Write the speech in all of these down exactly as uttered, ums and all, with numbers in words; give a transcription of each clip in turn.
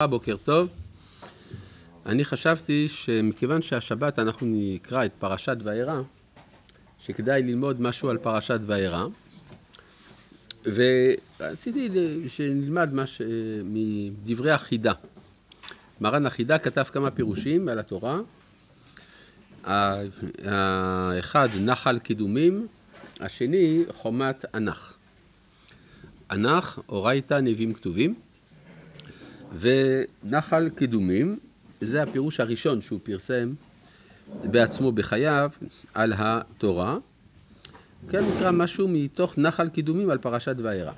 בוקר טוב. אני חשבתי שמכיוון שהשבת אנחנו נקרא את פרשת וארא, שכדאי ללמוד משהו על פרשת וארא, ורציתי שנלמד מש... מדברי החידה. מרן החידה כתב כמה פירושים על התורה. האחד נחל קידומים, השני חומת ענך. ענך, אורייתא, נביאים כתובים. ונחל קידומים, זה הפירוש הראשון שהוא פרסם בעצמו בחייו על התורה. כן, נקרא משהו מתוך נחל קידומים על פרשת וארא.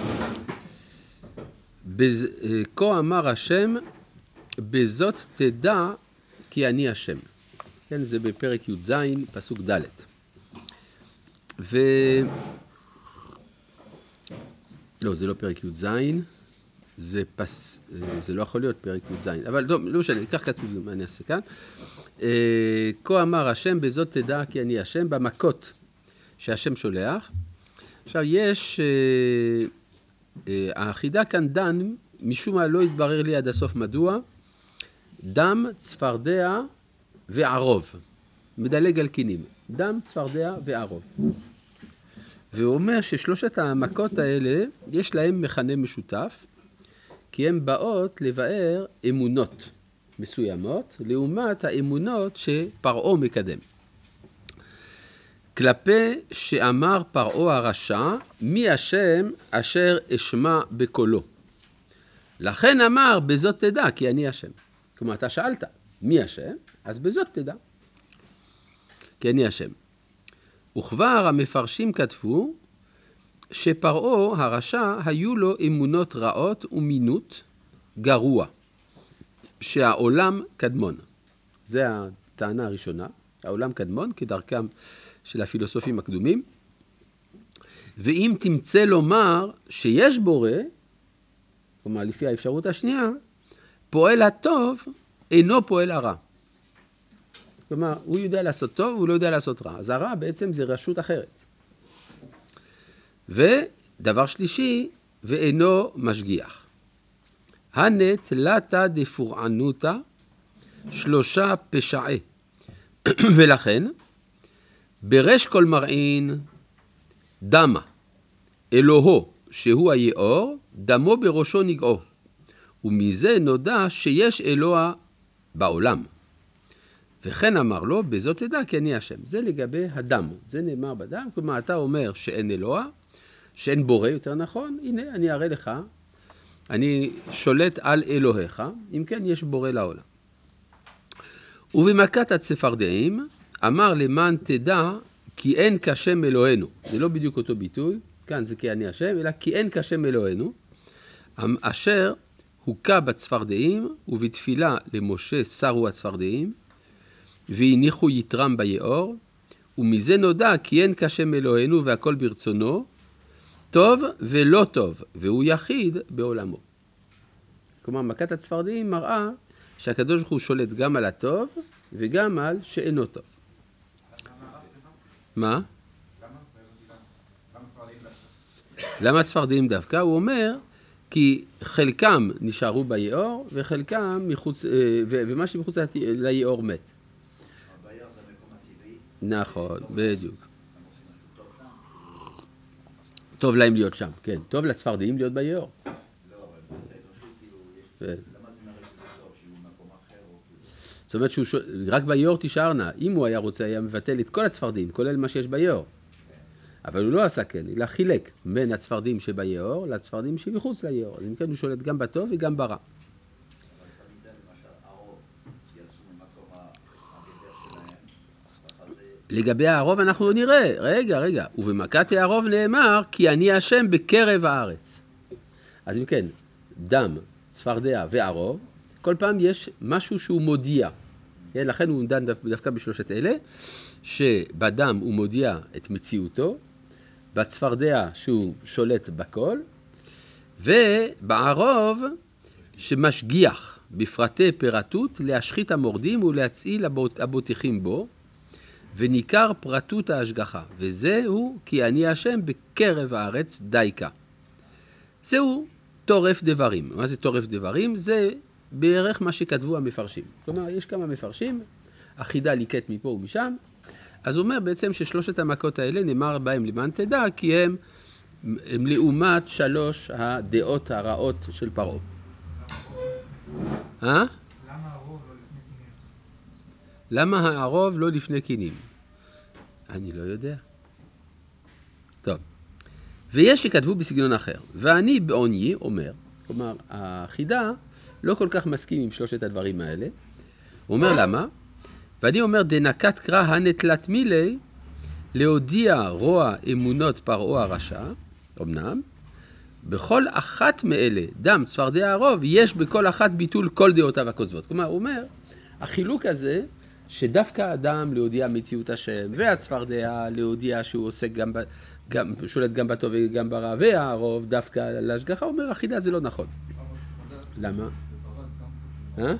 כה אמר השם, בזאת תדע כי אני השם. כן, זה בפרק י"ז, פסוק ד'. ו... לא, זה לא פרק י"ז. זה פס, זה לא יכול להיות פרק י"ז, אבל לא, לא משנה, כך כתוב מה אני אעשה כאן. כה אמר השם, בזאת תדע כי אני השם, במכות שהשם שולח. עכשיו יש, החידה כאן דן, משום מה לא יתברר לי עד הסוף מדוע, דם, צפרדע וערוב. מדלג על קינים, דם, צפרדע וערוב. והוא אומר ששלושת המכות האלה, יש להם מכנה משותף, כי הן באות לבאר אמונות מסוימות, לעומת האמונות שפרעה מקדם. כלפי שאמר פרעה הרשע, מי השם אשר אשמע בקולו. לכן אמר, בזאת תדע, כי אני השם. כלומר, אתה שאלת, מי השם? אז בזאת תדע, כי אני השם. וכבר המפרשים כתבו, שפרעה הרשע היו לו אמונות רעות ומינות גרוע, שהעולם קדמון. זה הטענה הראשונה, העולם קדמון כדרכם של הפילוסופים הקדומים. ואם תמצא לומר שיש בורא, כלומר לפי האפשרות השנייה, פועל הטוב אינו פועל הרע. כלומר, הוא יודע לעשות טוב, הוא לא יודע לעשות רע. אז הרע בעצם זה רשות אחרת. ודבר שלישי, ואינו משגיח. הנת לטה דפורענותה שלושה פשעי. ולכן, ברש כל מרעין דמה, אלוהו שהוא היאור, דמו בראשו נגעו. ומזה נודע שיש אלוה בעולם. וכן אמר לו, בזאת תדע כי אני השם. זה לגבי הדם, זה נאמר בדם. כלומר, אתה אומר שאין אלוה, שאין בורא, יותר נכון. הנה, אני אראה לך, אני שולט על אלוהיך, אם כן יש בורא לעולם. ובמכת הצפרדעים, אמר למען תדע כי אין כשם אלוהינו. זה לא בדיוק אותו ביטוי, כאן זה כי אני השם, אלא כי אין כשם אלוהינו, אשר הוקע בצפרדעים, ובתפילה למשה שרו הצפרדעים, והניחו יתרם ביאור, ומזה נודע כי אין כשם אלוהינו והכל ברצונו, טוב ולא טוב, והוא יחיד בעולמו. כלומר, מכת הצפרדעים מראה שהקדוש ברוך הוא שולט גם על הטוב וגם על שאינו טוב. מה? למה צפרדעים דווקא? הוא אומר כי חלקם נשארו ביאור וחלקם מחוץ, ומה שמחוץ ליאור מת. נכון, בדיוק. טוב להם להיות שם, כן. טוב לצפרדעים להיות ביאור. לא, אבל למה זה מראה טוב, שהוא מקום אחר? זאת אומרת שרק ביאור תישארנה. אם הוא היה רוצה, היה מבטל את כל הצפרדעים, כולל מה שיש ביאור. אבל הוא לא עשה כן, אלא חילק בין הצפרדעים שביאור לצפרדעים שמחוץ ליאור. אז אם כן הוא שולט גם בטוב וגם ברע. לגבי הערוב אנחנו נראה, רגע, רגע, ובמכת הערוב נאמר, כי אני השם בקרב הארץ. אז אם כן, דם, צפרדע וערוב, כל פעם יש משהו שהוא מודיע. כן, לכן הוא דן דווקא בשלושת אלה, שבדם הוא מודיע את מציאותו, בצפרדע שהוא שולט בכל, ובערוב שמשגיח בפרטי פרטות להשחית המורדים ולהצעיל הבוטחים בו, וניכר פרטות ההשגחה, וזהו כי אני השם בקרב הארץ דייקה. זהו טורף דברים. מה זה טורף דברים? זה בערך מה שכתבו המפרשים. כלומר, יש כמה מפרשים, החידה ליקט מפה ומשם, אז הוא אומר בעצם ששלושת המכות האלה נאמר בהם למען תדע, כי הם, הם לעומת שלוש הדעות הרעות של פרעה. אה? למה הרוב לא לפני קינים? למה הרוב לא לפני קינים? אני לא יודע. טוב. ויש שכתבו בסגנון אחר. ואני בעוני אומר, כלומר, החידה לא כל כך מסכים עם שלושת הדברים האלה. הוא אומר למה? ואני אומר, דנקת קרא הנטלת מילי, להודיע רוע אמונות פרעה הרשע, אמנם, בכל אחת מאלה, דם, צפרדע הרוב, יש בכל אחת ביטול כל דעותיו הכוזבות. כלומר, הוא אומר, החילוק הזה, שדווקא האדם להודיע מציאות השם, והצפרדע להודיע שהוא עוסק גם, גם, שולט גם בטוב וגם ברע, והרוב דווקא להשגחה, הוא אומר, החידה זה לא נכון. למה? אה?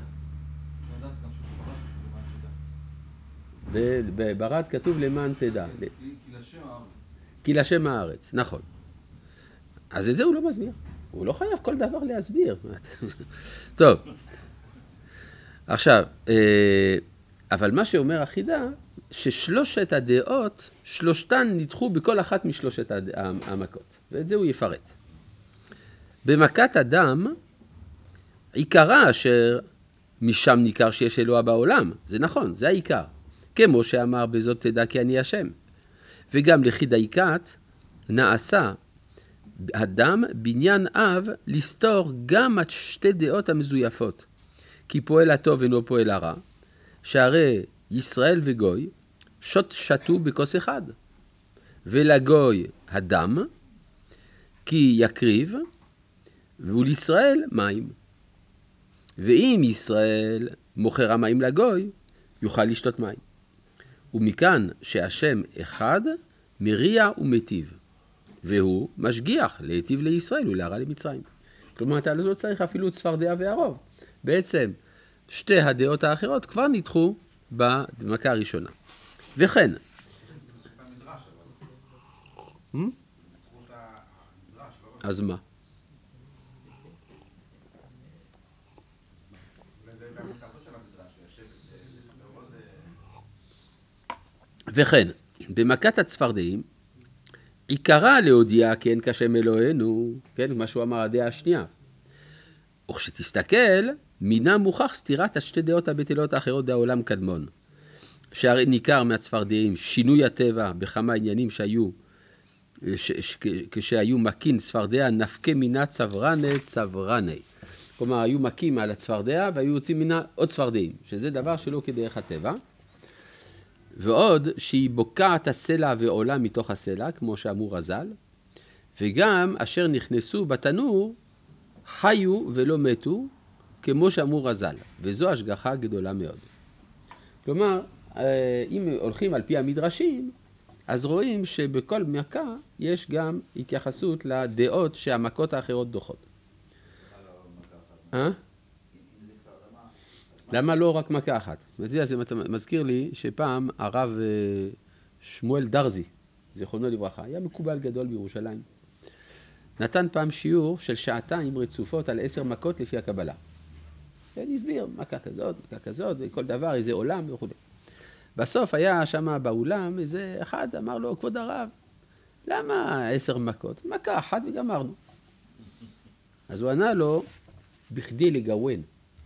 בברד כתוב למען תדע. כי לשם הארץ, נכון. אז את זה הוא לא מסביר. הוא לא חייב כל דבר להסביר. טוב. עכשיו, אבל מה שאומר החידה, ששלושת הדעות, שלושתן נדחו בכל אחת משלושת המכות. ואת זה הוא יפרט. במכת הדם, עיקרה אשר משם ניכר שיש אלוה בעולם. זה נכון, זה העיקר. כמו שאמר בזאת תדע כי אני השם. וגם לחידאיקת נעשה הדם בניין אב לסתור גם את שתי דעות המזויפות. כי פועל הטוב אינו פועל הרע, שהרי ישראל וגוי שוט שתו בכוס אחד. ולגוי הדם, כי יקריב, ולישראל מים. ואם ישראל מוכר המים לגוי, יוכל לשתות מים. ומכאן שהשם אחד מריע ומטיב, והוא משגיח להיטיב לישראל ולהרע למצרים. כלומר, אתה לא צריך אפילו צפרדע והרוב. בעצם שתי הדעות האחרות כבר נדחו במכה הראשונה. וכן. זה בזכות המדרש, אבל. בזכות המדרש, לא? אז מה? אולי זה גם התאבות של המדרש, לשבת מאוד... וכן, במכת הצפרדעים, עיקרה להודיע כי אין כשם אלוהינו, כן, מה שהוא אמר, הדעה השנייה. וכשתסתכל, מינה מוכח סתירת השתי דעות הבטלות האחרות העולם קדמון. שהרי ניכר מהצפרדעים שינוי הטבע בכמה עניינים שהיו, ש, ש, כשהיו מקין צפרדע נפקה מינה צברנה צברנה. כלומר, היו מקים על הצפרדע והיו יוצאים מינה עוד צפרדעים, שזה דבר שלא כדרך הטבע. ועוד שהיא בוקעת הסלע ועולה מתוך הסלע, כמו שאמור רז"ל, וגם אשר נכנסו בתנור חיו ולא מתו, כמו שאמור רז"ל, וזו השגחה גדולה מאוד. כלומר, אם הולכים על פי המדרשים, אז רואים שבכל מכה יש גם התייחסות לדעות שהמכות האחרות דוחות. אה? למה לא רק מכה אחת? זה מזכיר לי שפעם הרב שמואל דרזי, זיכרונו לברכה, היה מקובל גדול בירושלים. נתן פעם שיעור של שעתיים רצופות על עשר מכות לפי הקבלה. והסביר, מכה כזאת, מכה כזאת, כל דבר, איזה עולם וכו'. בסוף היה שם באולם איזה אחד, אמר לו, כבוד הרב, למה עשר מכות? מכה אחת וגמרנו. אז הוא ענה לו, בכדי לגוון.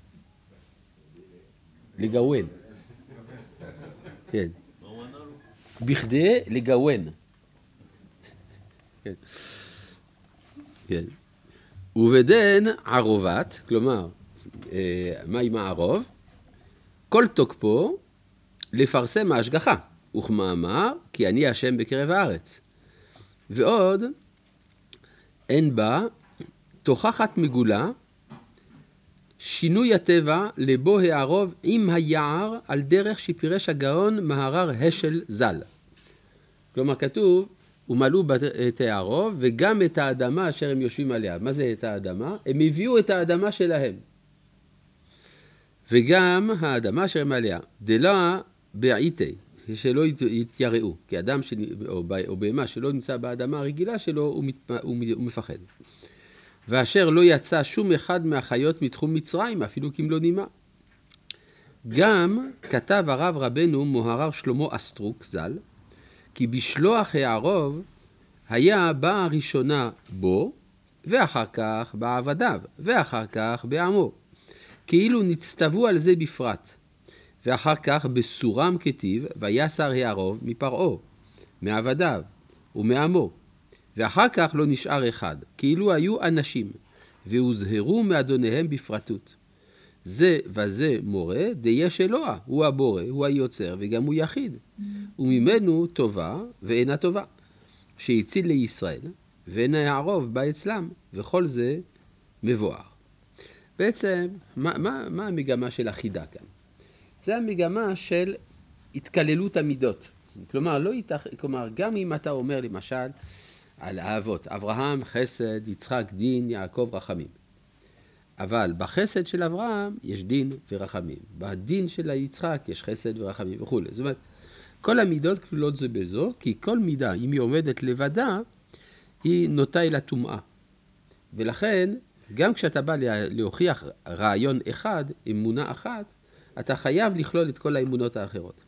לגוון. כן. בכדי לגוון. כן. כן. ובדן ערובת, כלומר, מה עם הערוב? כל תוקפו לפרסם ההשגחה, וכמאמר, כי אני השם בקרב הארץ. ועוד, אין בה תוכחת מגולה, שינוי הטבע לבו הערוב עם היער על דרך שפירש הגאון מהרר השל ז"ל. כלומר כתוב, ומלאו את הערוב וגם את האדמה אשר הם יושבים עליה. מה זה את האדמה? הם הביאו את האדמה שלהם. וגם האדמה אשר הם עליה. דלה בעיתי, שלא יתייראו. כי אדם ש... או בהמה שלא נמצא באדמה הרגילה שלו, הוא, מת... הוא מפחד. ואשר לא יצא שום אחד מהחיות מתחום מצרים, אפילו כמלוא נימה. גם כתב הרב רבנו מוהר"ר שלמה אסטרוק ז"ל, כי בשלוח הערוב היה באה הראשונה בו, ואחר כך בעבדיו, ואחר כך בעמו. כאילו נצטוו על זה בפרט. ואחר כך בסורם כתיב, ויסר הערוב מפרעו, מעבדיו ומעמו. ואחר כך לא נשאר אחד, כאילו היו אנשים, והוזהרו מאדוניהם בפרטות. זה וזה מורה, דיש אלוה, הוא הבורא, הוא היוצר, וגם הוא יחיד. וממנו טובה ואינה טובה, שהציל לישראל, ואינה הערוב בא אצלם, וכל זה מבואר. בעצם, מה, מה, מה המגמה של החידה כאן? זה המגמה של התקללות המידות. כלומר, לא יתכ... כלומר, גם אם אתה אומר למשל על האבות, אברהם, חסד, יצחק, דין, יעקב, רחמים. אבל בחסד של אברהם יש דין ורחמים. בדין של יצחק יש חסד ורחמים וכו'. זאת אומרת, כל המידות כלולות זו בזו, כי כל מידה, אם היא עומדת לבדה, היא נוטה אל הטומאה. ולכן, גם כשאתה בא להוכיח רעיון אחד, אמונה אחת, אתה חייב לכלול את כל האמונות האחרות.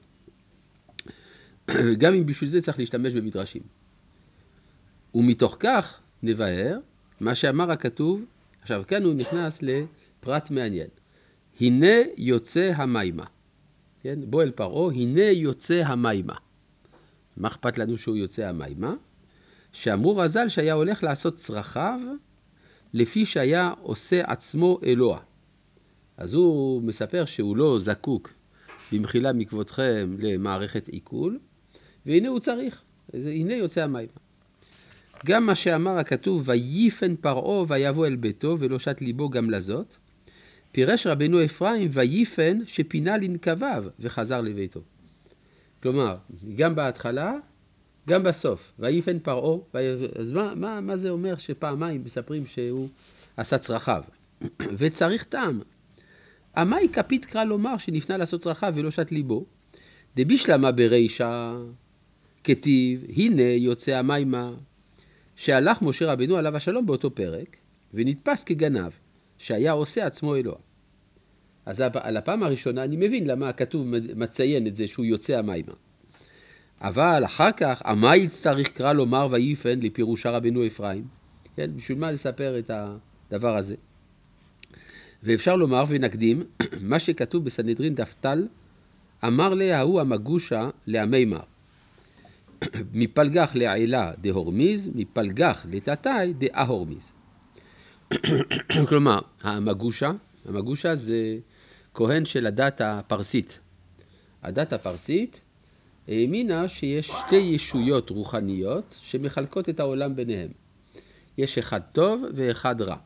גם אם בשביל זה צריך להשתמש במדרשים. ומתוך כך נבהר מה שאמר הכתוב, עכשיו כאן הוא נכנס לפרט מעניין. הנה יוצא המימה. כן? בוא אל פרעה, הנה יוצא המימה. מה אכפת לנו שהוא יוצא המימה? שאמרו רז"ל שהיה הולך לעשות צרכיו, לפי שהיה עושה עצמו אלוה. אז הוא מספר שהוא לא זקוק במחילה מכבודכם למערכת עיכול, והנה הוא צריך, הנה יוצא המימה. גם מה שאמר הכתוב, ויפן פרעה ויבוא אל ביתו ולא שת ליבו גם לזאת, פירש רבנו אפרים ויפן שפינה לנקביו וחזר לביתו. כלומר, גם בהתחלה, גם בסוף, ויפן פרעה, אז מה, מה, מה זה אומר שפעמיים מספרים שהוא עשה צרכיו? וצריך טעם. המאי כפית קרא לומר שנפנה לעשות צרכיו ולא שת ליבו, דבישלמה ברישה כתיב, הנה יוצא המימה, שהלך משה רבנו עליו השלום באותו פרק, ונתפס כגנב, שהיה עושה עצמו אלוה. אז על הפעם הראשונה אני מבין למה הכתוב מציין את זה שהוא יוצא המימה. אבל אחר כך, המאי צריך קרא לומר ויפן לפירושה רבנו אפרים, כן? בשביל מה לספר את הדבר הזה? ואפשר לומר ונקדים, מה שכתוב בסנהדרין דף-טל, אמר לה ההוא המגושה להמימר. מפלגח לעילה דהורמיז, מפלגח לטאטאי דאהורמיז. כלומר, המגושה, המגושה זה כהן של הדת הפרסית. הדת הפרסית האמינה שיש שתי ישויות רוחניות שמחלקות את העולם ביניהם. יש אחד טוב ואחד רע.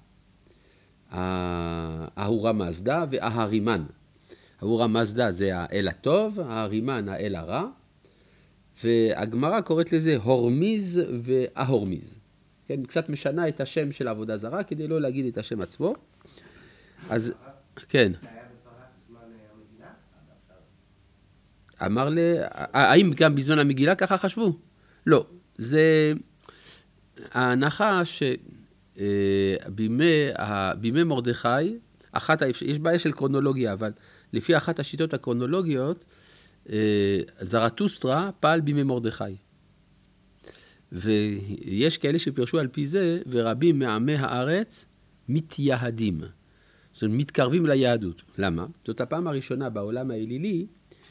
האהורה מזדה וההרימן. האהורה מזדה זה האל הטוב, ההרימן האל הרע. והגמרא קוראת לזה הורמיז וההורמיז. כן, קצת משנה את השם של העבודה זרה כדי לא להגיד את השם עצמו. אז, כן. זה היה בפרס בזמן המגילה? אמר לי, האם גם בזמן המגילה ככה חשבו? לא. זה ההנחה שבימי מרדכי, אחת, יש בעיה של קרונולוגיה, אבל לפי אחת השיטות הקרונולוגיות, זרטוסטרה פעל בימי מרדכי. ויש כאלה שפרשו על פי זה, ורבים מעמי הארץ מתייהדים. זאת אומרת, מתקרבים ליהדות. למה? זאת הפעם הראשונה בעולם האלילי,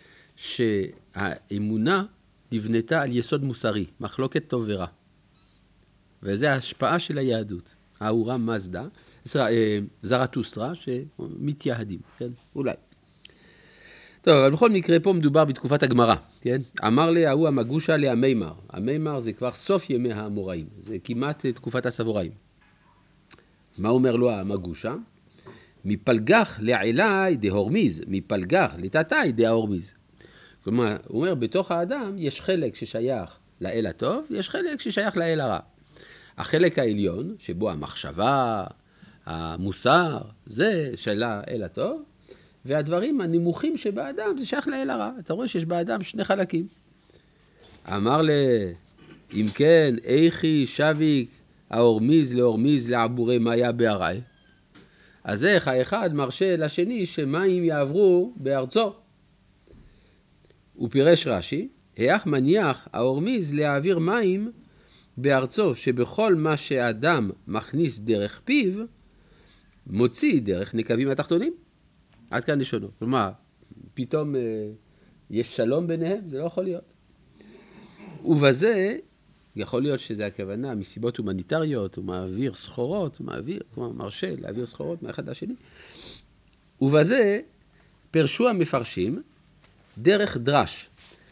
שהאמונה נבנתה על יסוד מוסרי, מחלוקת טוב ורע. וזו ההשפעה של היהדות. האהורה מזדה, זרטוסטרה, שמתייהדים, כן? אולי. טוב, אבל בכל מקרה פה מדובר בתקופת הגמרא, כן? אמר לי, ההוא המגושה להמימר. המימר זה כבר סוף ימי האמוראים, זה כמעט תקופת הסבוראים. מה אומר לו המגושה? מפלגח לעילי דהורמיז, מפלגח לטאטאי דהורמיז. כלומר, הוא אומר, בתוך האדם יש חלק ששייך לאל הטוב, יש חלק ששייך לאל הרע. החלק העליון, שבו המחשבה, המוסר, זה של האל הטוב, והדברים הנמוכים שבאדם זה שייך לאל הרע. אתה רואה שיש באדם שני חלקים. אמר לה, אם כן, איכי שביק האורמיז לאורמיז לעבורי מאיה בארעי. אז איך האחד מרשה לשני שמים יעברו בארצו. הוא פירש רש"י, היח מניח האורמיז להעביר מים בארצו, שבכל מה שאדם מכניס דרך פיו, מוציא דרך נקבים התחתונים. עד כאן לשונו. כלומר, פתאום אה, יש שלום ביניהם? זה לא יכול להיות. ובזה, יכול להיות שזה הכוונה מסיבות הומניטריות, הוא מעביר סחורות, הוא מעביר, כלומר מרשה להעביר סחורות מאחד לשני. ובזה פרשו המפרשים דרך דרש.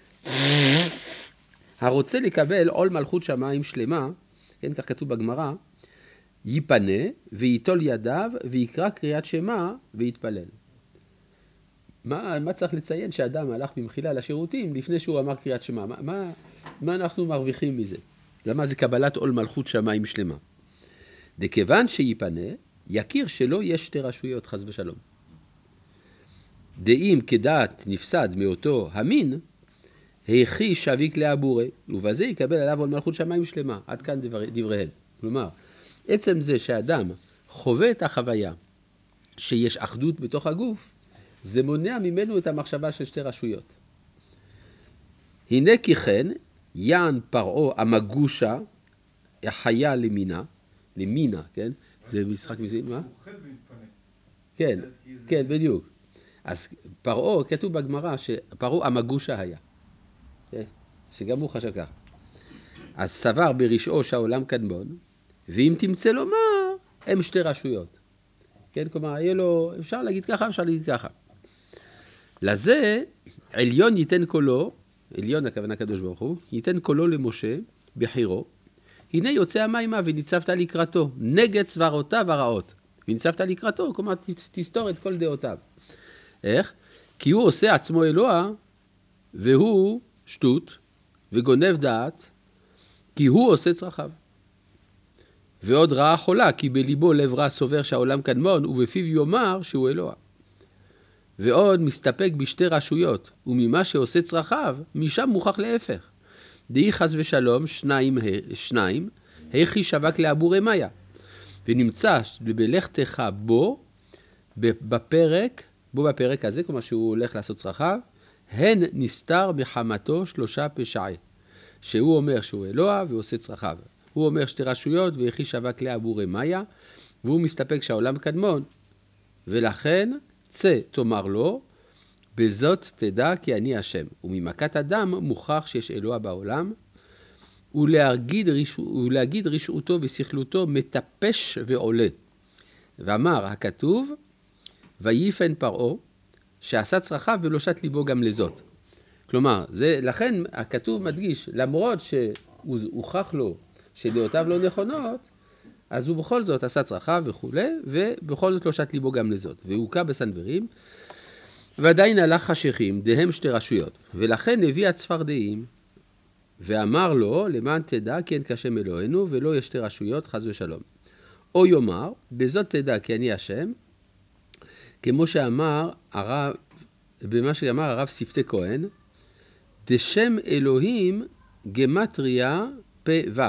הרוצה לקבל עול מלכות שמיים שלמה, כן, כך כתוב בגמרא, ייפנה ויטול ידיו ויקרא קריאת שמע ויתפלל. מה, מה צריך לציין שאדם הלך במחילה לשירותים לפני שהוא אמר קריאת שמע? מה, מה, מה אנחנו מרוויחים מזה? למה זה קבלת עול מלכות שמיים שלמה? דכיוון שיפנה, יכיר שלא יש שתי רשויות חס ושלום. דאם כדעת נפסד מאותו המין, היכי שביק לאבורי, ובזה יקבל עליו עול מלכות שמיים שלמה. עד כאן דבר, דבריהם. כלומר, עצם זה שאדם חווה את החוויה שיש אחדות בתוך הגוף, זה מונע ממנו את המחשבה של שתי רשויות. הנה כי כן, יען פרעו המגושה, החיה למינה, למינה, כן? זה משחק מזה, מה? הוא אוכל ומתפנה. כן, כן, בדיוק. אז פרעו, כתוב בגמרא שפרעו המגושה היה. שגם הוא חשב כך. אז סבר ברשעו שהעולם קדמון, ואם תמצא לומר, הם שתי רשויות. כן, כלומר, יהיה לו, אפשר להגיד ככה, אפשר להגיד ככה. לזה, עליון ייתן קולו, עליון הכוונה הקדוש ברוך הוא, ייתן קולו למשה בחירו, הנה יוצא המימה וניצבת לקראתו, נגד צווארותיו הרעות. וניצבת לקראתו, כלומר, תסתור את כל דעותיו. איך? כי הוא עושה עצמו אלוה, והוא שטות, וגונב דעת, כי הוא עושה צרכיו. ועוד רעה חולה, כי בליבו לב רע סובר שהעולם קדמון, ובפיו יאמר שהוא אלוה. ועוד מסתפק בשתי רשויות, וממה שעושה צרכיו, משם מוכח להפך. דהי חס ושלום, שניים, שניים, היכי שבק לאבורי מאיה. ונמצא בלכתך בו, בפרק, בו בפרק הזה, כלומר שהוא הולך לעשות צרכיו, הן נסתר מחמתו שלושה פשעי. שהוא אומר שהוא אלוה ועושה צרכיו. הוא אומר שתי רשויות ויחי שבק לאבורי מאיה, והוא מסתפק שהעולם קדמון. ולכן צא תאמר לו, בזאת תדע כי אני השם. וממכת אדם מוכח שיש אלוה בעולם, ולהגיד, רשע, ולהגיד רשעותו ושכלותו מטפש ועולה. ואמר הכתוב, ויפן פרעה, שעשה צרכיו ולא שת ליבו גם לזאת. כלומר, זה, לכן הכתוב מדגיש, למרות שהוא הוכח לו שדעותיו לא נכונות, אז הוא בכל זאת עשה צרכיו וכו', ובכל זאת לא שת ליבו גם לזאת. והוא הוכה בסנוורים, ועדיין הלך חשיכים, דהם שתי רשויות. ולכן הביא הצפרדעים, ואמר לו, למען תדע כי אין כשם אלוהינו, ולא יש שתי רשויות, חס ושלום. או יאמר, בזאת תדע כי אני השם, כמו שאמר הרב, במה שאמר הרב שפתי כהן, דשם אלוהים גמטריה פ' ו'.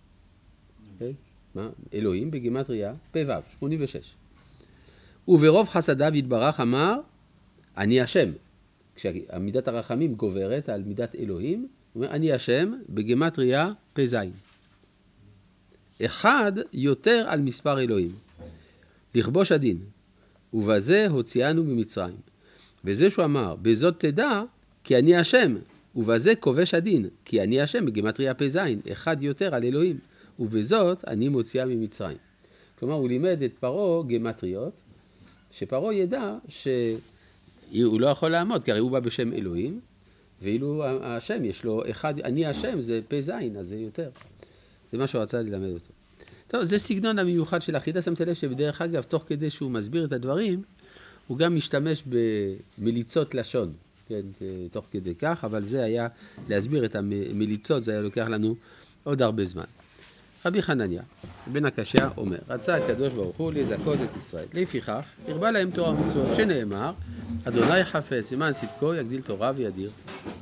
מה? אלוהים בגמטריה פ' ו', שמונים ושש. וברוב חסדיו יתברך אמר, אני השם. כשמידת הרחמים גוברת על מידת אלוהים, הוא אומר, אני השם בגמטריה פ' ז'. אחד יותר על מספר אלוהים. לכבוש הדין. ובזה הוציאנו ממצרים. וזה שהוא אמר, בזאת תדע, כי אני השם. ובזה כובש הדין, כי אני השם בגמטריה פ' ז', אחד יותר על אלוהים. ובזאת אני מוציאה ממצרים. כלומר, הוא לימד את פרעה גמטריות, שפרעה ידע שהוא לא יכול לעמוד, כי הרי הוא בא בשם אלוהים, ואילו השם יש לו אחד, אני השם זה פ' ז', אז זה יותר. זה מה שהוא רצה ללמד אותו. טוב, זה סגנון המיוחד של החידה, שמתי לב שבדרך אגב, תוך כדי שהוא מסביר את הדברים, הוא גם משתמש במליצות לשון, כן, תוך כדי כך, אבל זה היה, להסביר את המליצות, זה היה לוקח לנו עוד הרבה זמן. רבי חנניה, בן הקשיא, אומר, רצה הקדוש ברוך הוא לזכות את ישראל. לפיכך, הרבה להם תורה ומצוות, שנאמר, אדוני חפץ, למען צדקו יגדיל תורה וידיר.